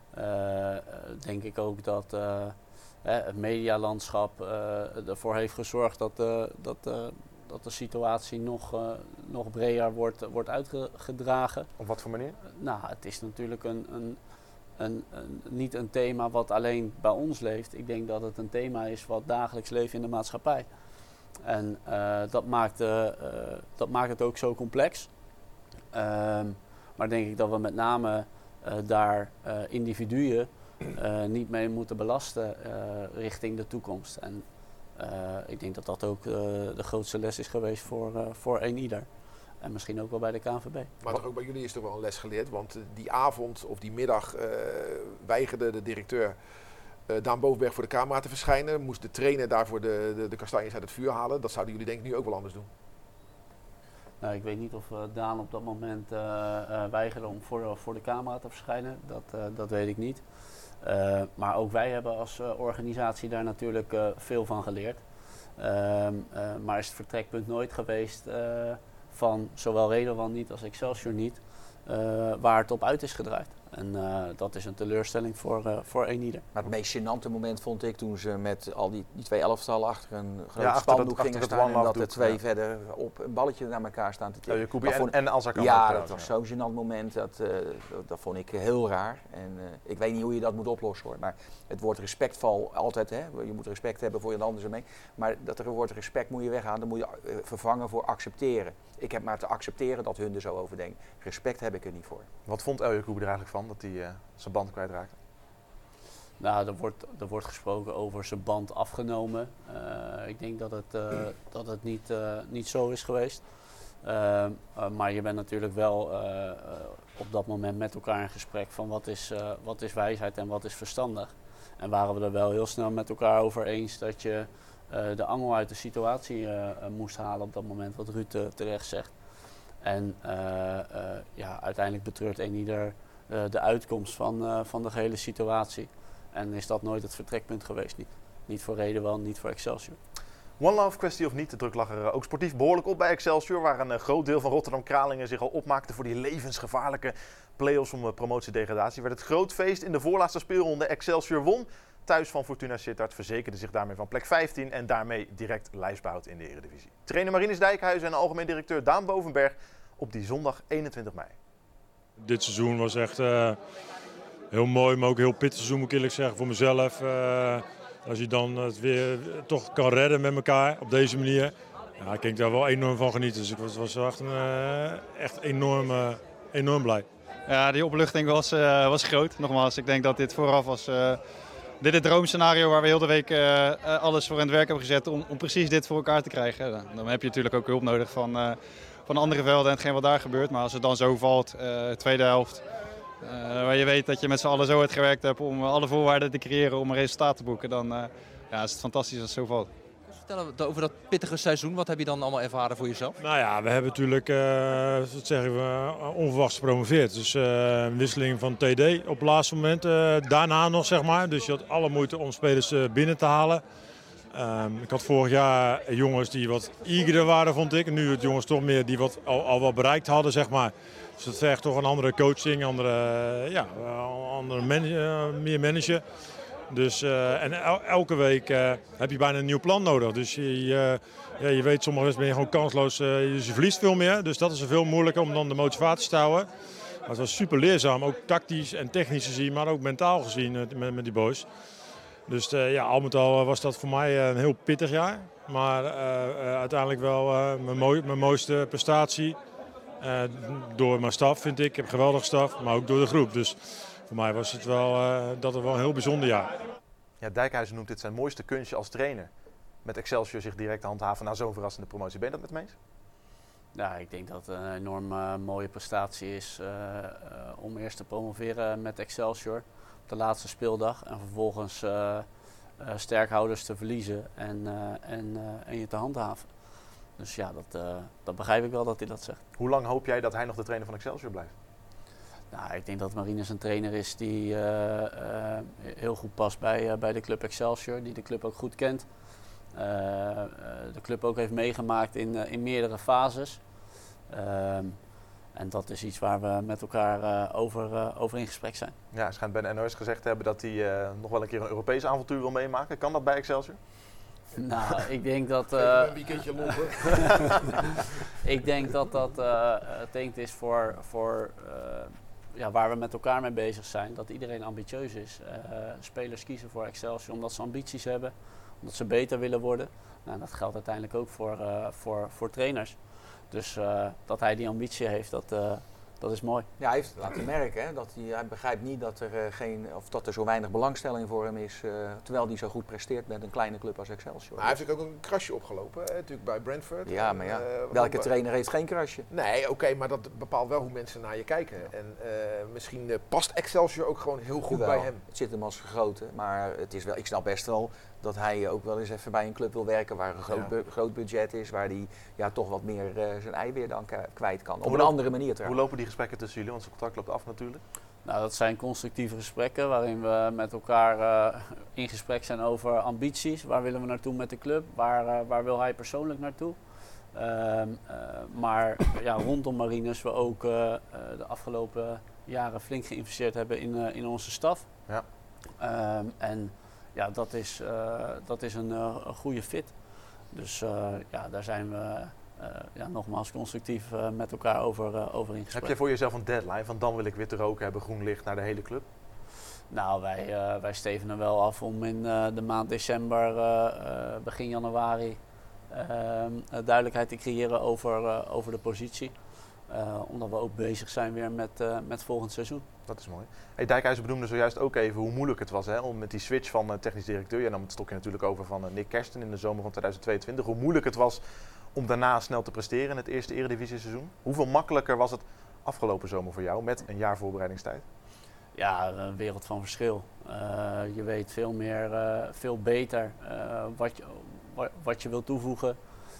Denk ik ook dat het medialandschap ervoor heeft gezorgd dat de situatie nog breder wordt uitgedragen. Op wat voor manier? Nou, het is natuurlijk niet een thema wat alleen bij ons leeft. Ik denk dat het een thema is wat dagelijks leeft in de maatschappij. En dat maakt het ook zo complex. Maar denk ik dat we met name daar individuen niet mee moeten belasten richting de toekomst. En ik denk dat dat ook de grootste les is geweest voor eenieder. En misschien ook wel bij de KNVB. Maar toch ook bij jullie is er wel een les geleerd. Want die avond of die middag weigerde de directeur Daan Bovenberg voor de camera te verschijnen. Moest de trainer daarvoor de kastanjes uit het vuur halen. Dat zouden jullie denk ik nu ook wel anders doen. Nou, ik weet niet of Daan op dat moment weigerde om voor de camera te verschijnen. Dat weet ik niet. Maar ook wij hebben als organisatie daar natuurlijk veel van geleerd. Maar is het vertrekpunt nooit geweest van zowel Redouan niet als Excelsior niet, waar het op uit is gedraaid. En dat is een teleurstelling voor eenieder. Maar het meest gênante moment vond ik toen ze met al die twee elftallen achter een groot achter spandoek het gingen One staan. En Love dat er doek, twee ja. verder op een balletje naar elkaar staan te tikken. Jacobi Dat vond- en Azarkan. Ja, ook dat trouwens, was zo'n gênant moment. Dat vond ik heel raar. En ik weet niet hoe je dat moet oplossen hoor. Maar het woord respectvol altijd, hè. Je moet respect hebben voor je ander ermee. Maar dat er een woord respect moet je weghalen. Dan moet je vervangen voor accepteren. Ik heb maar te accepteren dat hun er zo over denken. Respect heb ik er niet voor. Wat vond El Jacobi er eigenlijk van dat hij zijn band kwijtraakte? Nou, er wordt gesproken over zijn band afgenomen. Ik denk dat het niet zo is geweest. Maar je bent natuurlijk wel op dat moment met elkaar in gesprek van wat is wijsheid en wat is verstandig. En waren we er wel heel snel met elkaar over eens dat je de angel uit de situatie moest halen op dat moment, wat Ruud terecht zegt. En uiteindelijk betreurt eenieder de uitkomst van de gehele situatie. En is dat nooit het vertrekpunt geweest? Niet voor Redewal, niet voor Excelsior. One Love, kwestie of niet, de druk lag er ook sportief behoorlijk op bij Excelsior, waar een groot deel van Rotterdam-Kralingen zich al opmaakte voor die levensgevaarlijke play-offs om promotie-degradatie. Werd het groot feest in de voorlaatste speelronde. Excelsior won. Thuis van Fortuna Sittard verzekerde zich daarmee van plek 15 en daarmee direct lijfsbehoud in de Eredivisie. Trainer Marinus Dijkhuizen en algemeen directeur Daan Bovenberg op die zondag 21 mei. Dit seizoen was echt heel mooi, maar ook heel pittig seizoen moet ik eerlijk zeggen voor mezelf. Als je dan het weer toch kan redden met elkaar op deze manier. Ja, ik denk daar wel enorm van genieten. Dus ik was echt enorm blij. Ja, die opluchting was groot. Nogmaals, ik denk dat dit vooraf was dit het droomscenario waar we heel de week alles voor in het werk hebben gezet om precies dit voor elkaar te krijgen. Dan heb je natuurlijk ook hulp nodig van andere velden en hetgeen wat daar gebeurt. Maar als het dan zo valt, tweede helft, waar je weet dat je met z'n allen zo hard gewerkt hebt om alle voorwaarden te creëren om een resultaat te boeken, dan is het fantastisch als het zo valt. Vertel over dat pittige seizoen. Wat heb je dan allemaal ervaren voor jezelf? Nou ja, we hebben natuurlijk onverwachts gepromoveerd. Dus een wisseling van TD op het laatste moment. Daarna nog, zeg maar. Dus je had alle moeite om spelers binnen te halen. Ik had vorig jaar jongens die wat eagerder waren, vond ik. En nu het jongens toch meer die wat al wat bereikt hadden, zeg maar. Dus dat vergt toch een andere coaching, meer manager. Dus, en elke week heb je bijna een nieuw plan nodig. Dus je weet, sommige mensen ben je gewoon kansloos. Je verliest veel meer. Dus dat is veel moeilijker om dan de motivatie te houden. Maar het was super leerzaam. Ook tactisch en technisch gezien, maar ook mentaal gezien met die boys. Dus al met al was dat voor mij een heel pittig jaar. Maar uiteindelijk wel mijn mooiste prestatie. Door mijn staf vind ik. Ik heb een geweldige staf, maar ook door de groep. Dus voor mij was het wel een heel bijzonder jaar. Ja, Dijkhuizen noemt dit zijn mooiste kunstje als trainer. Met Excelsior zich direct handhaven na zo'n verrassende promotie. Ben je dat met me eens? Ja, ik denk dat het een enorm mooie prestatie is om eerst te promoveren met Excelsior op de laatste speeldag. En vervolgens sterkhouders te verliezen en je te handhaven. Dus ja, dat begrijp ik wel dat hij dat zegt. Hoe lang hoop jij dat hij nog de trainer van Excelsior blijft? Nou, ik denk dat Marinus een trainer is die heel goed past bij de club Excelsior. Die de club ook goed kent. De club ook heeft meegemaakt in meerdere fases. En dat is iets waar we met elkaar over in gesprek zijn. Ja, hij schijnt bij de NOS gezegd te hebben dat hij nog wel een keer een Europees avontuur wil meemaken. Kan dat bij Excelsior? Nou, ik denk dat... een weekendje lopen. Ik denk dat tekent is voor waar we met elkaar mee bezig zijn. Dat iedereen ambitieus is. Spelers kiezen voor Excelsior omdat ze ambities hebben. Omdat ze beter willen worden. Nou, dat geldt uiteindelijk ook voor trainers. Dus dat hij die ambitie heeft, dat is mooi. Ja, hij heeft laten merken hè, dat hij begrijpt niet dat er zo weinig belangstelling voor hem is, terwijl hij zo goed presteert met een kleine club als Excelsior. Maar hij heeft ook een krasje opgelopen, hè, natuurlijk bij Brentford. Ja, maar ja, welke trainer heeft geen krasje? Nee, oké, maar dat bepaalt wel hoe mensen naar je kijken. En misschien past Excelsior ook gewoon heel goed bij hem. Het zit hem als gegoten, maar het is wel, ik snap best wel dat hij ook wel eens even bij een club wil werken waar een groot budget is, waar hij toch wat meer zijn ei weer dan kwijt kan. Op een andere manier trouwens. Hoe lopen die gesprekken tussen jullie? Want zijn contract loopt af natuurlijk. Nou, dat zijn constructieve gesprekken waarin we met elkaar in gesprek zijn over ambities. Waar willen we naartoe met de club? Waar wil hij persoonlijk naartoe? Maar ja, rondom Marinus we ook de afgelopen jaren flink geïnvesteerd hebben in onze staf. Ja. En ja, dat is een goede fit. Dus ja, daar zijn we nogmaals constructief met elkaar over in gesprek. Heb je voor jezelf een deadline van dan wil ik witte rook hebben, groen licht naar de hele club? Nou, wij stevenen wel af om in de maand december, begin januari, duidelijkheid te creëren over de positie. Omdat we ook bezig zijn weer met volgend seizoen. Dat is mooi. Hey, Dijkhuizen benoemde zojuist ook even hoe moeilijk het was om met die switch van technisch directeur. Je nam het stokje natuurlijk over van Nick Kersten in de zomer van 2022. Hoe moeilijk het was om daarna snel te presteren in het eerste Eredivisie-seizoen. Hoeveel makkelijker was het afgelopen zomer voor jou met een jaar voorbereidingstijd? Ja, een wereld van verschil. Je weet veel beter wat je wilt toevoegen.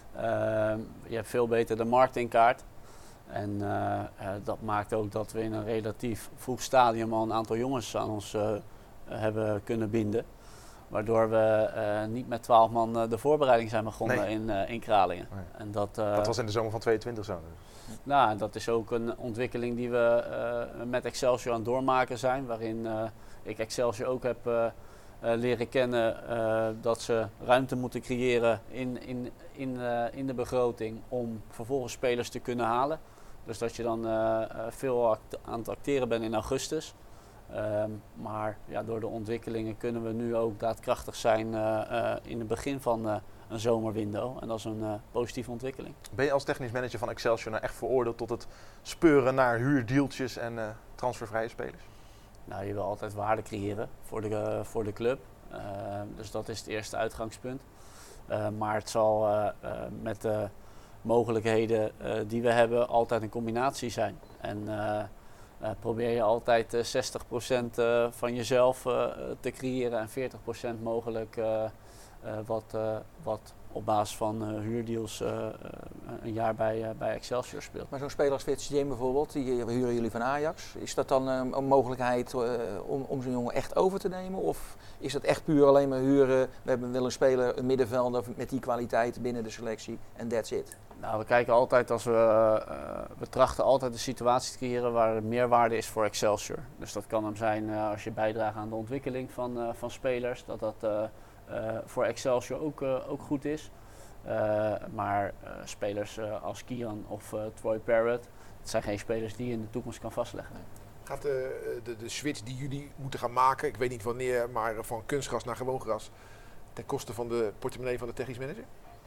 Je hebt veel beter de markt in kaart. En dat maakt ook dat we in een relatief vroeg stadium al een aantal jongens aan ons hebben kunnen binden. Waardoor we niet met 12 man de voorbereiding zijn begonnen in Kralingen. Nee. En dat was in de zomer van 22 zo. Nou, dat is ook een ontwikkeling die we met Excelsior aan het doormaken zijn. Waarin ik Excelsior ook heb leren kennen dat ze ruimte moeten creëren in de begroting om vervolgens spelers te kunnen halen. Dus dat je dan veel aan het acteren bent in augustus. Maar ja, door de ontwikkelingen kunnen we nu ook daadkrachtig zijn in het begin van een zomerwindow. En dat is een positieve ontwikkeling. Ben je als technisch manager van Excelsior nou echt veroordeeld tot het speuren naar huurdealtjes en transfervrije spelers? Nou, je wil altijd waarde creëren voor de club. Dus dat is het eerste uitgangspunt. Maar het zal met de mogelijkheden die we hebben altijd een combinatie zijn. En probeer je altijd 60% van jezelf te creëren en 40% mogelijk wat op basis van huurdeals een jaar bij Excelsior speelt. Maar zo'n speler als Fitzgerald bijvoorbeeld, die huren jullie van Ajax. Is dat dan een mogelijkheid om zo'n jongen echt over te nemen? Of is dat echt puur alleen maar huren? We willen een speler, een middenvelder met die kwaliteit binnen de selectie en that's it? Nou, we kijken altijd we trachten altijd een situatie te creëren waar er meerwaarde is voor Excelsior. Dus dat kan hem zijn als je bijdraagt aan de ontwikkeling van spelers, dat voor Excelsior ook goed is. Maar spelers als Kian of Troy Parrott, het zijn geen spelers die je in de toekomst kan vastleggen. Gaat de switch die jullie moeten gaan maken, ik weet niet wanneer, maar van kunstgras naar gewoon gras, ten koste van de portemonnee van de technisch manager?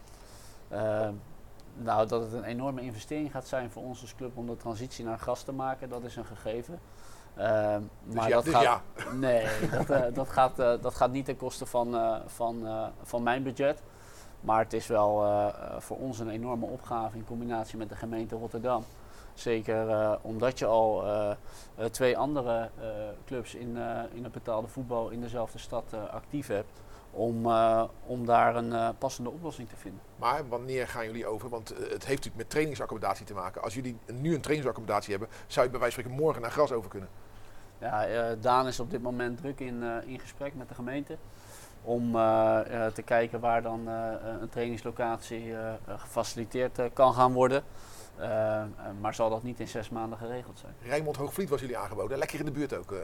Nou, dat het een enorme investering gaat zijn voor ons als club om de transitie naar gras te maken, dat is een gegeven. Maar dat gaat niet ten koste van mijn budget. Maar het is wel voor ons een enorme opgave in combinatie met de gemeente Rotterdam. Zeker omdat je al 2 andere clubs in het betaalde voetbal in dezelfde stad actief hebt. Om daar een passende oplossing te vinden. Maar wanneer gaan jullie over? Want het heeft natuurlijk met trainingsaccommodatie te maken. Als jullie nu een trainingsaccommodatie hebben, zou je bij wijze van spreken morgen naar gras over kunnen? Ja, Daan is op dit moment druk in gesprek met de gemeente. Om te kijken waar dan een trainingslocatie gefaciliteerd kan gaan worden. Maar zal dat niet in 6 maanden geregeld zijn? Rijnmond Hoogvliet was jullie aangeboden. Lekker in de buurt ook.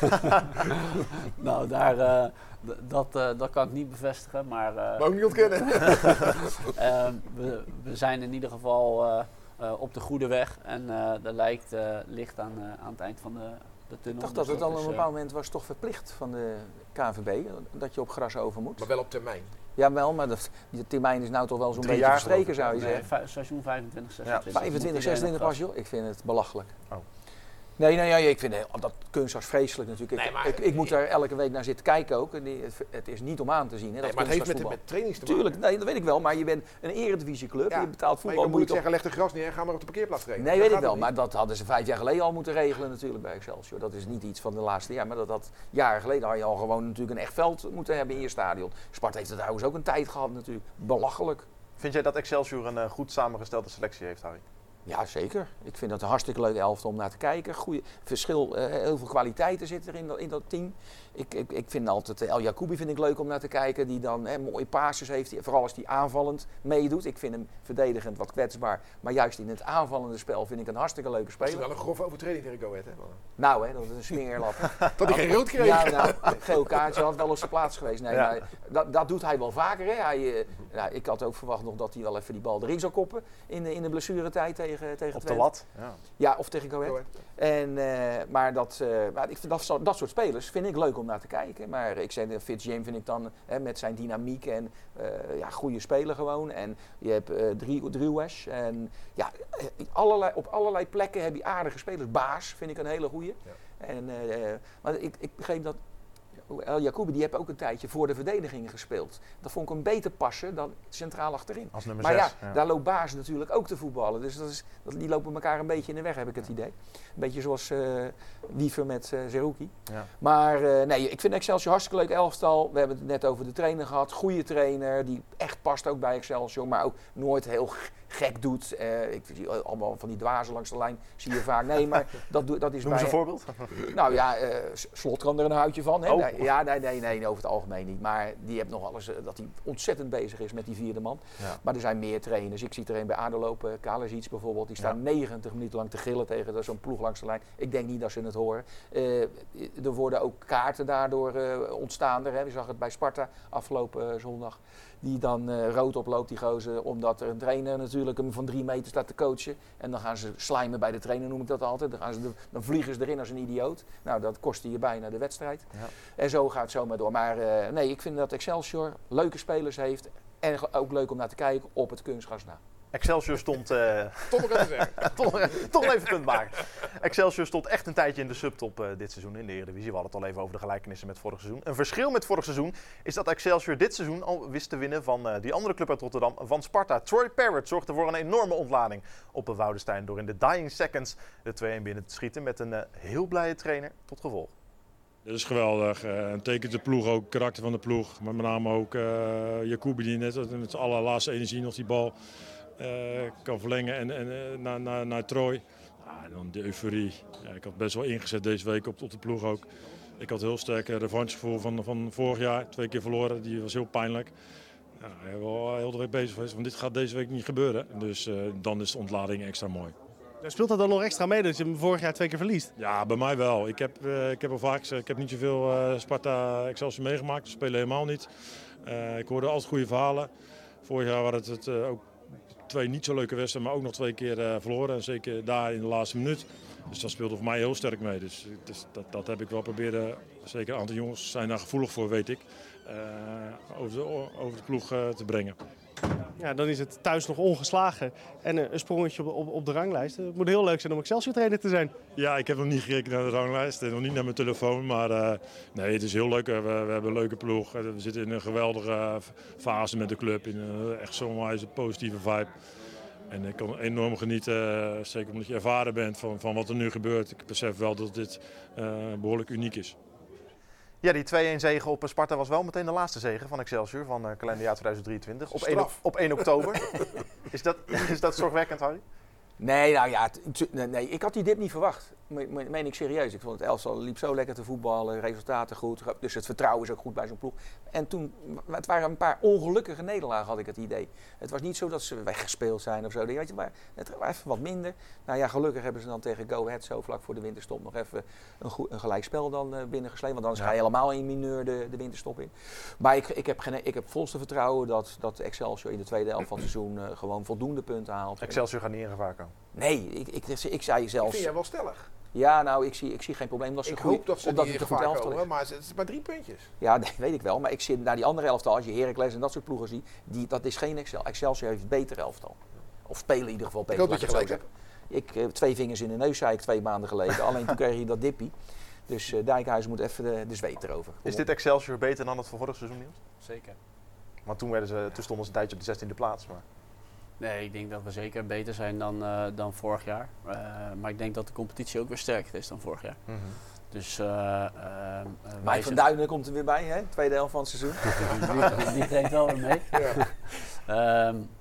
Nou, dat kan ik niet bevestigen. Maar ook niet ontkennen. We zijn in ieder geval op de goede weg. En er lijkt licht aan het eind van de tunnel. Ik dacht dat het al op een bepaald moment was toch verplicht van de KNVB dat je op gras over moet. Maar wel op termijn. Jawel, maar die termijn is nou toch wel zo'n beetje verstreken, zou je zeggen. Seizoen 25, 26. Ja, 25, 26 pas, joh. Ik vind het belachelijk. Oh. Nee, ik vind dat kunstgras vreselijk natuurlijk. Ik moet daar elke week naar zitten kijken ook. Het is niet om aan te zien. Hè, maar het heeft met trainings te maken. Tuurlijk, nee, dat weet ik wel. Maar je bent een eredivisieclub, je betaalt voetbal. Maar je moet zeggen, leg de gras neer en ga maar op de parkeerplaats trainen. Nee, weet ik wel. Maar dat hadden ze 5 jaar geleden al moeten regelen natuurlijk bij Excelsior. Dat is niet iets van de laatste jaar. Maar dat jaren geleden had je al gewoon natuurlijk een echt veld moeten hebben in je stadion. Sparta heeft het trouwens ook een tijd gehad natuurlijk. Belachelijk. Vind jij dat Excelsior een goed samengestelde selectie heeft, Harry? Ja, zeker. Ik vind dat een hartstikke leuk elftal om naar te kijken. Goeie verschil, heel veel kwaliteiten zitten er in dat team. Ik vind altijd El Jacoubi vind ik leuk om naar te kijken. Die dan mooie passes heeft. Vooral als hij aanvallend meedoet. Ik vind hem verdedigend wat kwetsbaar. Maar juist in het aanvallende spel vind ik een hartstikke leuke speler. Dat is wel een grove overtreding tegen Go Ahead, hè? Nou, dat is een smeerlap. Dat hij geen rood kreeg. Ja, nou, geel kaartje had wel op zijn plaats geweest. Nee, ja. Dat doet hij wel vaker. Hè. Ik had ook verwacht nog dat hij wel even die bal erin zou koppen. In de blessuretijd tegen op de lat. Ja, of tegen Go Ahead. Maar ik vind dat soort spelers vind ik leuk om naar te kijken. Maar ik zei, Fitz-James vind ik dan met zijn dynamiek en goede speler gewoon. En je hebt Driewesh. En ja, op allerlei plekken heb je aardige spelers. Baas vind ik een hele goeie. Ja. Maar ik begreep dat El Jacoubi die heeft ook een tijdje voor de verdediging gespeeld. Dat vond ik hem beter passen dan centraal achterin. Als nummer 6. Ja, daar loopt Baas natuurlijk ook te voetballen. Dus die lopen elkaar een beetje in de weg, heb ik het idee. Een beetje zoals Wiever met Zerouki. Ja. Maar ik vind Excelsior hartstikke leuk elftal. We hebben het net over de trainer gehad. Goede trainer, die echt past ook bij Excelsior. Maar ook nooit heel gek doet. Ik zie allemaal van die dwazen langs de lijn, zie je vaak. Nee, maar dat is Noem eens een voorbeeld. Nou ja, Slot kan er een houtje van. Hè? Oh. Ja, nee, over het algemeen niet. Maar die heeft nog alles, dat hij ontzettend bezig is met die vierde man. Ja. Maar er zijn meer trainers. Ik zie er een bij ADO lopen, Kalasic bijvoorbeeld. Die staan 90 minuten lang te gillen tegen zo'n ploeg langs de lijn. Ik denk niet dat ze het horen. Er worden ook kaarten daardoor ontstaan. Je zag het bij Sparta afgelopen zondag. Die dan rood oploopt, die gozer, omdat er een trainer natuurlijk hem van 3 meter staat te coachen. En dan gaan ze slijmen bij de trainer, noem ik dat altijd. Dan vliegen ze erin als een idioot. Nou, dat kostte je bijna de wedstrijd. Ja. En zo gaat het zomaar door. Maar ik vind dat Excelsior leuke spelers heeft. En ook leuk om naar te kijken op het kunstgras na. Excelsior stond... toch even punt maken. Excelsior stond echt een tijdje in de subtop dit seizoen in de Eredivisie. We hadden het al even over de gelijkenissen met vorig seizoen. Een verschil met vorig seizoen is dat Excelsior dit seizoen al wist te winnen van die andere club uit Rotterdam, van Sparta. Troy Parrott zorgde voor een enorme ontlading op Woudestein door in de dying seconds de 2-1 binnen te schieten met een heel blije trainer tot gevolg. Dat is geweldig. En tekent de ploeg ook, het karakter van de ploeg. Maar met name ook Jacoubi die net met zijn allerlaatste energie nog die bal kan verlengen en naar Troy. En dan de euforie. Ja, ik had best wel ingezet deze week op de ploeg ook. Ik had heel sterk revanchegevoel van vorig jaar. 2 keer verloren, die was heel pijnlijk. Ja, ik ben wel heel de week bezig geweest, want dit gaat deze week niet gebeuren. Dus dan is de ontlading extra mooi. Speelt dat dan nog extra mee dat je hem vorig jaar 2 keer verliest? Ja, bij mij wel. Ik heb al vaak gezegd, ik heb niet zoveel Sparta Excelsior meegemaakt. We spelen helemaal niet. Ik hoorde altijd goede verhalen. Vorig jaar waren het ook 2 niet zo leuke wedstrijden, maar ook nog 2 keer verloren. En zeker daar in de laatste minuut. Dus dat speelde voor mij heel sterk mee. Dus dat heb ik wel proberen. Zeker een aantal jongens zijn daar gevoelig voor, weet ik. Over de ploeg te brengen. Ja, dan is het thuis nog ongeslagen en een sprongetje op de ranglijst. Het moet heel leuk zijn om Excelsior trainer te zijn. Ja, ik heb nog niet gekeken naar de ranglijst en nog niet naar mijn telefoon. Maar nee, het is heel leuk. We hebben een leuke ploeg. We zitten in een geweldige fase met de club. In een echt zo'n wijze positieve vibe. En ik kan enorm genieten, zeker omdat je ervaren bent van wat er nu gebeurt. Ik besef wel dat dit behoorlijk uniek is. Ja, die 2-1 zege op Sparta was wel meteen de laatste zege van Excelsior van kalenderjaar 2023. Op 1 oktober. Is dat zorgwekkend, Harry? Nee, nou ja, nee, ik had die dip niet verwacht. Meen ik serieus. Ik vond het elftal liep zo lekker te voetballen, resultaten goed. Dus het vertrouwen is ook goed bij zo'n ploeg. En toen, het waren een paar ongelukkige nederlagen, had ik het idee. Het was niet zo dat ze weggespeeld zijn of zo. Weet je, maar het was even wat minder. Nou ja, gelukkig hebben ze dan tegen Go Ahead zo vlak voor de winterstop nog even een gelijkspel dan binnengesleept. Want anders ga je helemaal in mineur de winterstop in. Maar ik heb volste vertrouwen dat Excelsior in de tweede helft van het seizoen gewoon voldoende punten haalt. Excelsior gaat niet in gevaar komen. Nee, ik zei zelfs... Ik vind jij wel stellig. Ja, nou, ik zie geen probleem. Ik hoop dat ze niet in gevaar komen, maar het is maar 3 puntjes. Ja, nee, weet ik wel. Maar ik zie naar die andere elftal, als je Heracles en dat soort ploegen ziet, dat is geen Excelsior heeft een beter elftal. Of spelen in ieder geval beter. Ik hoop dat je gelijk hebt. 2 vingers in de neus, zei ik 2 maanden geleden. Alleen toen kreeg je dat dippie. Dus Dijkhuizen moet even de zweet erover. Is dit Excelsior beter dan het van vorig seizoen, Niels? Zeker. Want toen stonden ze een tijdje op de 16e plaats. Maar... Nee, ik denk dat we zeker beter zijn dan vorig jaar. Maar ik denk dat de competitie ook weer sterker is dan vorig jaar. Mm-hmm. Dus, Mike van Duinen komt er weer bij, hè? Tweede helft van het seizoen. die treedt wel weer mee. Ja.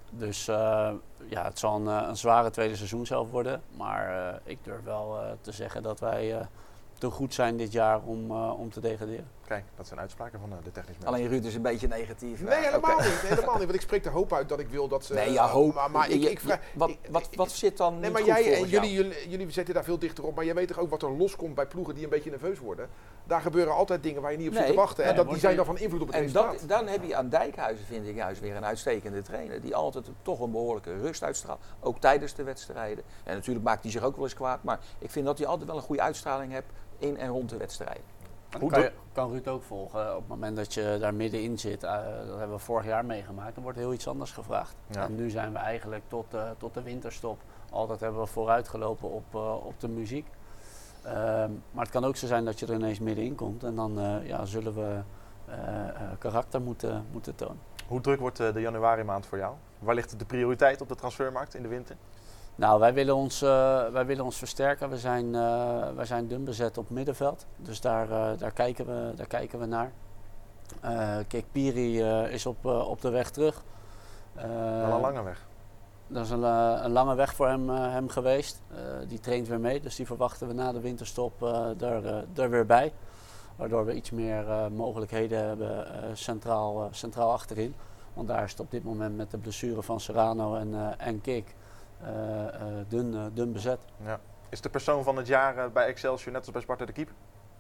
Dus het zal een zware tweede seizoen zelf worden. Maar ik durf wel te zeggen dat wij te goed zijn dit jaar om te degraderen. Kijk, dat zijn uitspraken van de technisch manager. Alleen Ruud is een beetje negatief. Nee, helemaal niet. Helemaal niet. Want ik spreek de hoop uit dat ik wil dat ze... Nee, ja, hoop. Wat zit dan Nee, maar jij en jullie zetten daar veel dichter op. Maar jij weet toch ook wat er loskomt bij ploegen die een beetje nerveus worden? Daar gebeuren altijd dingen waar je niet op zit te wachten. En die zijn dan van invloed op het resultaat. Dan heb je aan Dijkhuizen, vind ik juist weer een uitstekende trainer. Die altijd toch een behoorlijke rust uitstraalt. Ook tijdens de wedstrijden. En natuurlijk maakt hij zich ook wel eens kwaad. Maar ik vind dat hij altijd wel een goede uitstraling heeft in en rond de wedstrijden. Kan Ruud ook volgen. Op het moment dat je daar middenin zit, dat hebben we vorig jaar meegemaakt, dan wordt heel iets anders gevraagd. Ja. En nu zijn we eigenlijk tot de winterstop. Altijd hebben we vooruitgelopen op de muziek. Maar het kan ook zo zijn dat je er ineens middenin komt en dan zullen we karakter moeten tonen. Hoe druk wordt de januari maand voor jou? Waar ligt de prioriteit op de transfermarkt in de winter? Nou, wij willen ons versterken. Wij zijn dun bezet op middenveld. Dus daar kijken we naar. Kijk, Piri is op de weg terug. Wel een lange weg. Dat is een lange weg voor hem geweest. Die traint weer mee, dus die verwachten we na de winterstop er weer bij. Waardoor we iets meer mogelijkheden hebben centraal achterin. Want daar is het op dit moment met de blessure van Serrano en Kik dun bezet. Ja. Is de persoon van het jaar bij Excelsior net als bij Sparta de keeper?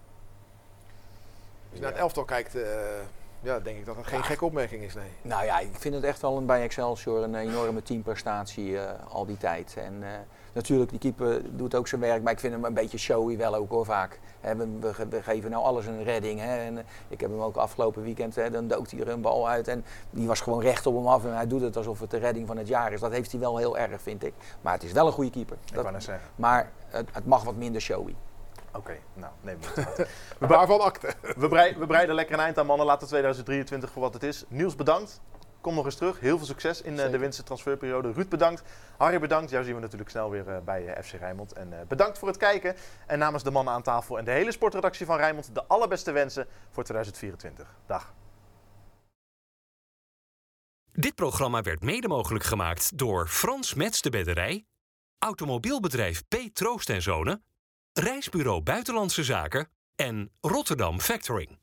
Als je naar het elftal kijkt, denk ik dat het geen gekke opmerking is. Nee. Nou ja, ik vind het echt wel bij Excelsior een enorme teamprestatie al die tijd. En natuurlijk, die keeper doet ook zijn werk, maar ik vind hem een beetje showy wel ook hoor vaak. We geven nou alles een redding. En ik heb hem ook afgelopen weekend, dan dook hij er een bal uit en die was gewoon recht op hem af. En hij doet het alsof het de redding van het jaar is. Dat heeft hij wel heel erg, vind ik. Maar het is wel een goede keeper. Maar het mag wat minder showy. Oké, nou, neem het. Waarvan akte? We breiden lekker een eind aan, mannen. Laten 2023 voor wat het is. Niels, bedankt. Kom nog eens terug. Heel veel succes in de wintertransferperiode. Ruud, bedankt. Harry, bedankt. Jou zien we natuurlijk snel weer bij FC Rijnmond. En bedankt voor het kijken. En namens de mannen aan tafel en de hele sportredactie van Rijnmond de allerbeste wensen voor 2024. Dag. Dit programma werd mede mogelijk gemaakt door Frans Metz de Bedderij, automobielbedrijf P. Troost & Zonen, Reisbureau Buitenlandse Zaken en Rotterdam Factoring.